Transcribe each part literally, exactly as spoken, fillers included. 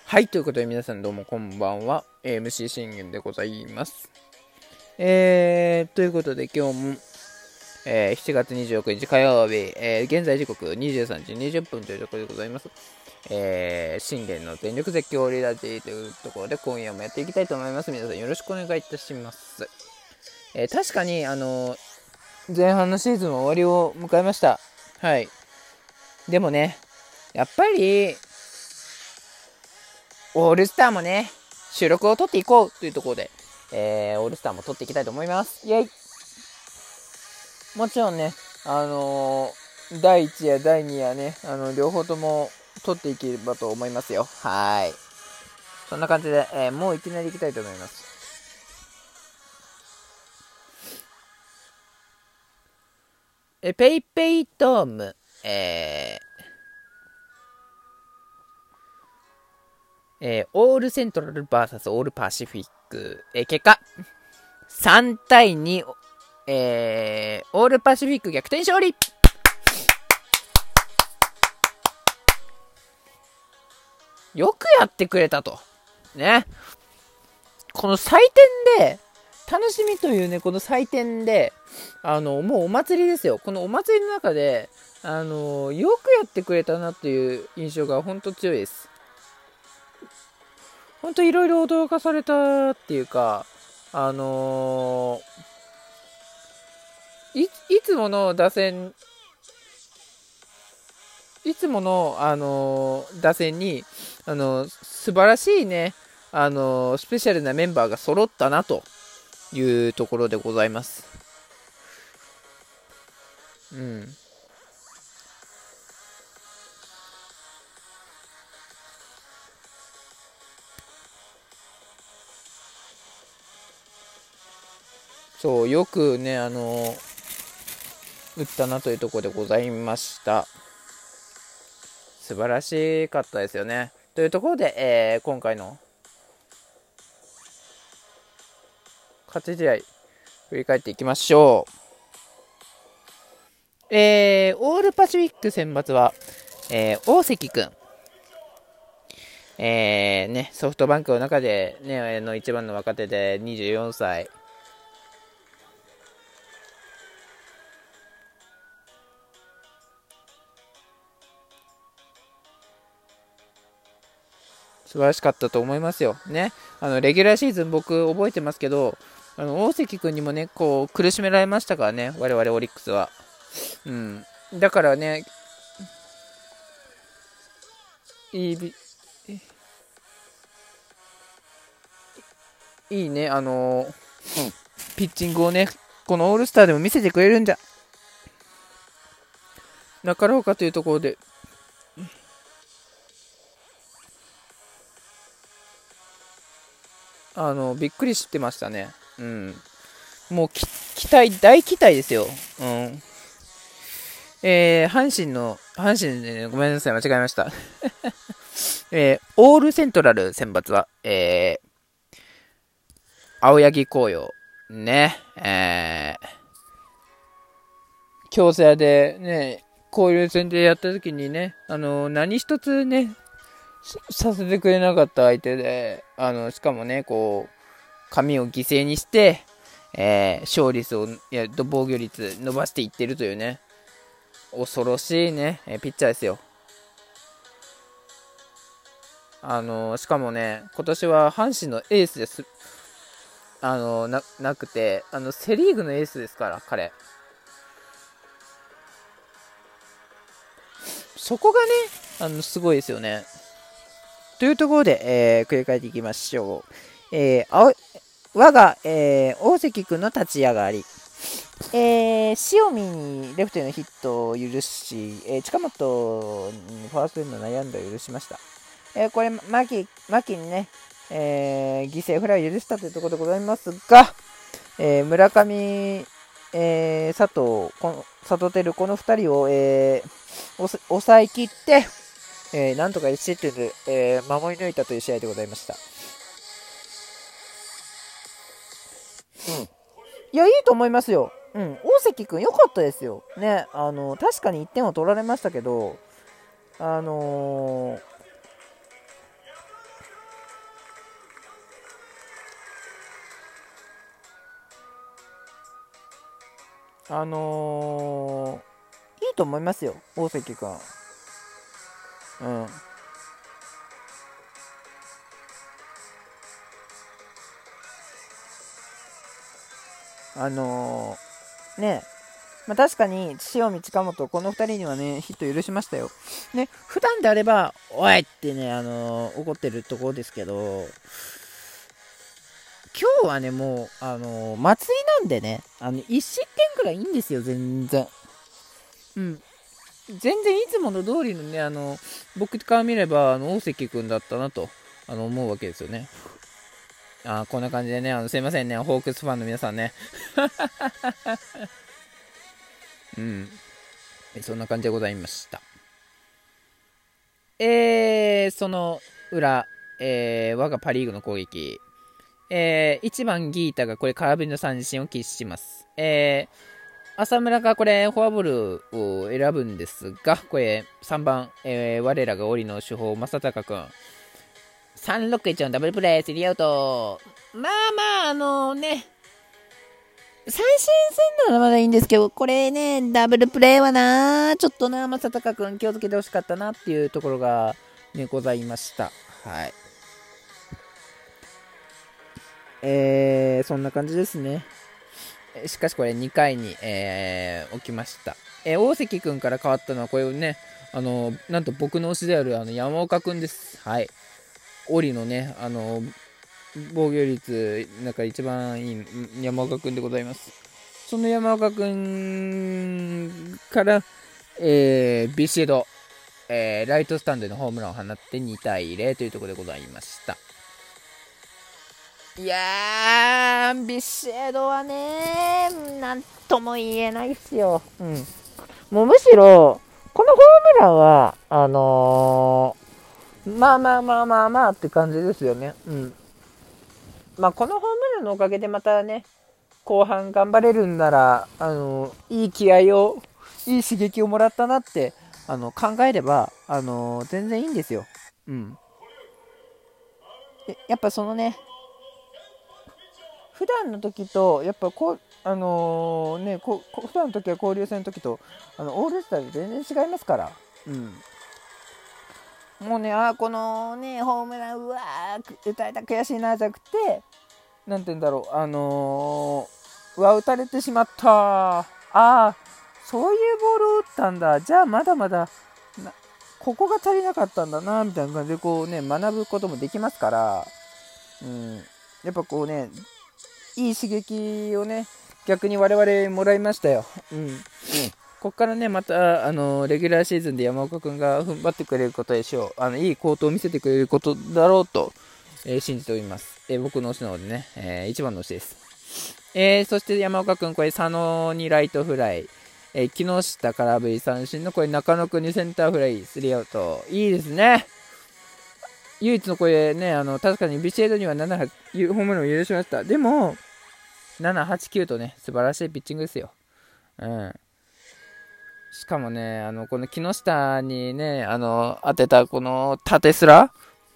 はい、ということで皆さんどうもこんばんは。エムシー 信玄でございます。えー、ということで今日も、えー、しちがつにじゅうろくにち火曜日、えー、現在時刻にじゅうさんじにじゅっぷんというところでございます。えー、信玄の全力絶叫リラジーというところで今夜もやっていきたいと思います。皆さんよろしくお願いいたします。えー、確かに、あのー、前半のシーズンは終わりを迎えました。はい。でもね、やっぱり、オールスターもね、収録を撮っていこうというところで、えー、オールスターも撮っていきたいと思います。イェイ。もちろんね、あのー、だいいちやだいにやね、あの両方とも撮っていければと思いますよ。はい。そんな感じで、えー、もういきなりいきたいと思います。え、ペイペイドーム、えー、えー、オールセントラル ブイエス オールパシフィック、えー、結果さんたいに、えー、オールパシフィック逆転勝利。よくやってくれたとね。この祭典で楽しみというね、この祭典であのもうお祭りですよ。このお祭りの中であのよくやってくれたなっていう印象が本当強いです。本当いろいろ驚かされたっていうか、あのー、い, いつもの打線いつもの、あのー、打線に、あのー、素晴らしいね、あのー、スペシャルなメンバーが揃ったなというところでございます。うん。そう、よくね、あの打ったなというところでございました。素晴らしかったですよね。というところで、えー、今回の勝ち試合、振り返っていきましょう。えー、オールパシフィック選抜は、えー、大関くん。えーね、ソフトバンクの中で、ね、の一番の若手でにじゅうよんさい。素晴らしかったと思いますよ。ね、あのレギュラーシーズン僕覚えてますけど、あの大関君にもね、こう苦しめられましたからね、我々オリックスは。うん。だからね、いい、いいね、あのー、ピッチングをね、このオールスターでも見せてくれるんじゃなかろうかというところで、あのびっくりしてましたね。うん。もう期待、大期待ですよ。うん。えー、阪神の、阪神で、ね、ごめんなさい、間違えました。えー、オールセントラル選抜は、えー、青柳紅葉、ね、えー、京セラでね、交流戦でやった時にね、あの、何一つね、させてくれなかった相手で、あの、しかもね、こう、髪を犠牲にして、えー、勝率を、いや、防御率伸ばしていってるというね、恐ろしいね、えー、ピッチャーですよ。あのしかもね、今年は阪神のエースです。あのななくて、あのセ・リーグのエースですから、彼。そこがね、あのすごいですよね。というところで、えー、繰り返っていきましょう。えー、我が、えー、大関君の立ち上がり。えー、塩見にレフトへのヒットを許し、えー、近本にファーストへの内野安打を許しました。えー、これ、牧、牧にね、えー、犠牲フライを許したというところでございますが、えー、村上、えー、佐藤、この佐藤輝、このふたりを、えー、抑えきって、えー、なんとかいち失点で、えー、守り抜いたという試合でございました。うん、いや、いいと思いますよ。うん、大関君良かったですよ。ね、あの確かにいってんを取られましたけど、あのー、 あのー、いいと思いますよ、大関君。うん。あのー、ね、まあ、確かに塩見近本、このふたりにはね、ヒット許しましたよ。ね、普段であれば、おいってね、あのー、怒ってるところですけど、今日はね、もう、あのー、松井なんでね、あの、いち失点くらいいいんですよ、全然。うん。全然いつもの通りのね、あの、僕から見れば、あの、大関君だったなと、あの、思うわけですよね。あこんな感じでね、あの、すいませんね、ホークスファンの皆さんね。うん。そんな感じでございました。えー、その裏、えー、我がパリーグの攻撃。えー、いちばんギータがこれ空振りの三振を喫します。えー、浅村がこれフォアボールを選ぶんですが、これさんばん、えー、我らが折の主砲、正隆君。さんろくいちのダブルプレー、スリーアウト。まあまあ、あのね、最新戦ならまだいいんですけど、これね、ダブルプレーはな、ちょっとな、正隆君気をつけてほしかったなっていうところが、ね、ございました。はい。えー、そんな感じですね。しかしこれにかいに、えー、起きました。えー、大関君から変わったのは、これね、あの、なんと僕の推しであるあの山岡君です。はい。折のね、あの、防御率、なんか一番いい山岡君でございます。その山岡君から、えー、ビシエド、えー、ライトスタンドのホームランを放ってにたいゼロというところでございました。いやー、ビシエドはね、なんとも言えないっすよ。うん。もうむしろ、このホームランは、あのー、まあまあまあまあまあって感じですよね。うん。まあ、このホームランのおかげでまたね、後半頑張れるんなら、あのー、いい気合を、いい刺激をもらったなって、あの、考えれば、あのー、全然いいんですよ。うん。やっぱそのね、普段の時とやっぱこうあのー、ねこ普段の時は交流戦の時とあのオールスターで全然違いますから、うん、もうねあこのねホームランうわー打たれた悔しいなじゃなくてなんて言うんだろうあのー、うわ打たれてしまったああそういうボールを打ったんだじゃあまだまだなここが足りなかったんだなみたいな感じでこうね学ぶこともできますから、うん、やっぱこうねいい刺激をね逆に我々もらいましたよ、うん、うん、ここからねまたあのレギュラーシーズンで山岡君が踏ん張ってくれることでしょうあのいい好投を見せてくれることだろうと、えー、信じております、えー、僕の推しなのでね、えー、一番の推しです、えー、そして山岡君これ佐野にライトフライ、えー、木下空振り三振のこれ中野君にセンターフライスリーアウトいいですね唯一のこれねあの確かにビシエドにはななホームランを許しましたでもなな、はち、きゅうとね、素晴らしいピッチングですよ。うん。しかもね、あの、この木下にね、あの、当てたこの縦スラ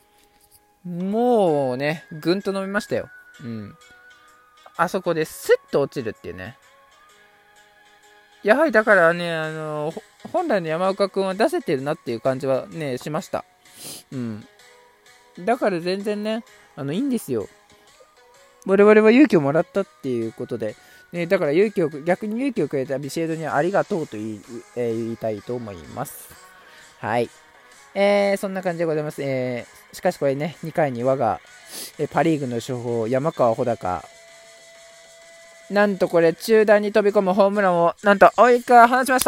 もうね、ぐんと伸びましたよ。うん。あそこでスッと落ちるっていうね。やはりだからね、あの、本来の山岡君は出せてるなっていう感じはね、しました。うん。だから全然ね、あの、いいんですよ。我々は勇気をもらったっていうことで、ね、だから勇気を逆に勇気をくれたビシエドにはありがとうと言い,、えー、言いたいと思います。はい、えー、そんな感じでございます。えー、しかしこれねにかいに我が、えー、パ・リーグの主砲山川穂高なんとこれ中段に飛び込むホームランをなんと追川放ちました。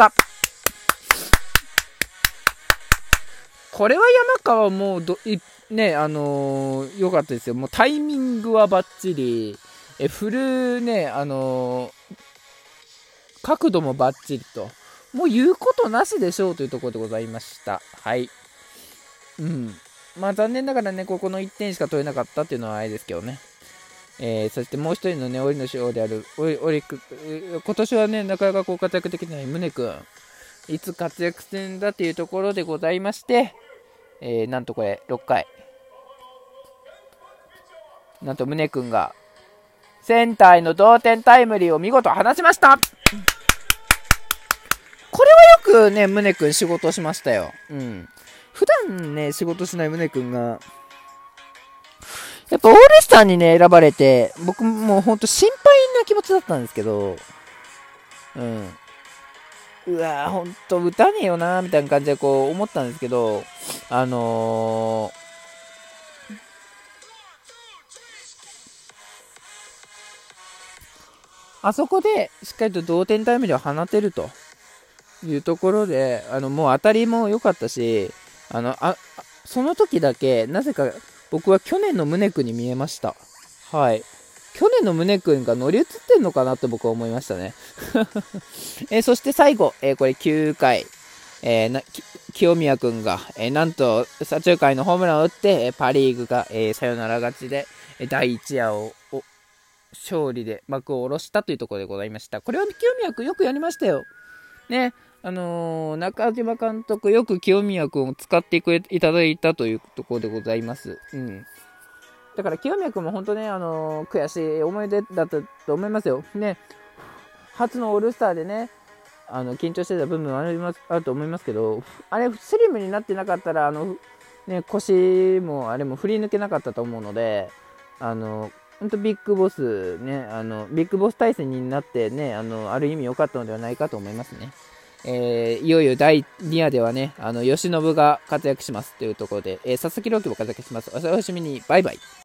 これは山川もうどねあのー、よかったですよ。もうタイミングはバッチリえ振るねあのー、角度もバッチリともう言うことなしでしょうというところでございました。はいうんまあ残念ながらねここのいってんしか取れなかったっていうのはあれですけどね、えー、そしてもう一人のね折の主砲であるオリク今年はねなかなかこう活躍できない宗君いつ活躍するんだっていうところでございまして、えー、なんとこれろっかいなんと宗君がセンターへの同点タイムリーを見事放ちました。 くね、宗君仕事しましたよ。うん。普段ね、仕事しない宗君が、やっぱオールスターにね、選ばれて、僕もうほんと心配な気持ちだったんですけど、うん。うわぁ、ほんと打たねえよなーみたいな感じでこう思ったんですけど、あのー、あそこでしっかりと同点タイムリーを放てるというところで、あのもう当たりも良かったし、あのあその時だけなぜか僕は去年の宗君に見えました。はい。去年の宗君が乗り移ってんのかなと僕は思いましたね。えー、そして最後、えー、これきゅうかい、えー、な清宮君が、えー、なんと左中間のホームランを打って、パ・リーグが、えー、サヨナラ勝ちでだいいち夜を勝利で幕を下ろしたというところでございました。これは清宮君よくやりましたよ。ね、あのー、中島監督よく清宮君を使ってくれいただいたというところでございます。うん。だから清宮君も本当ね、あのー、悔しい思い出だったと思いますよ。ね、初のオールスターでね、あの緊張してた部分はありますあると思いますけど、あれスリムになってなかったらあの、ね、腰もあれも振り抜けなかったと思うので、あの本当ビッグボスね、あのビッグボス対戦になってね、あのある意味良かったのではないかと思いますね。えー、いよいよだいに夜ではね、あの、慶喜が活躍しますというところで、えー、佐々木朗希も活躍します。お楽しみに。バイバイ。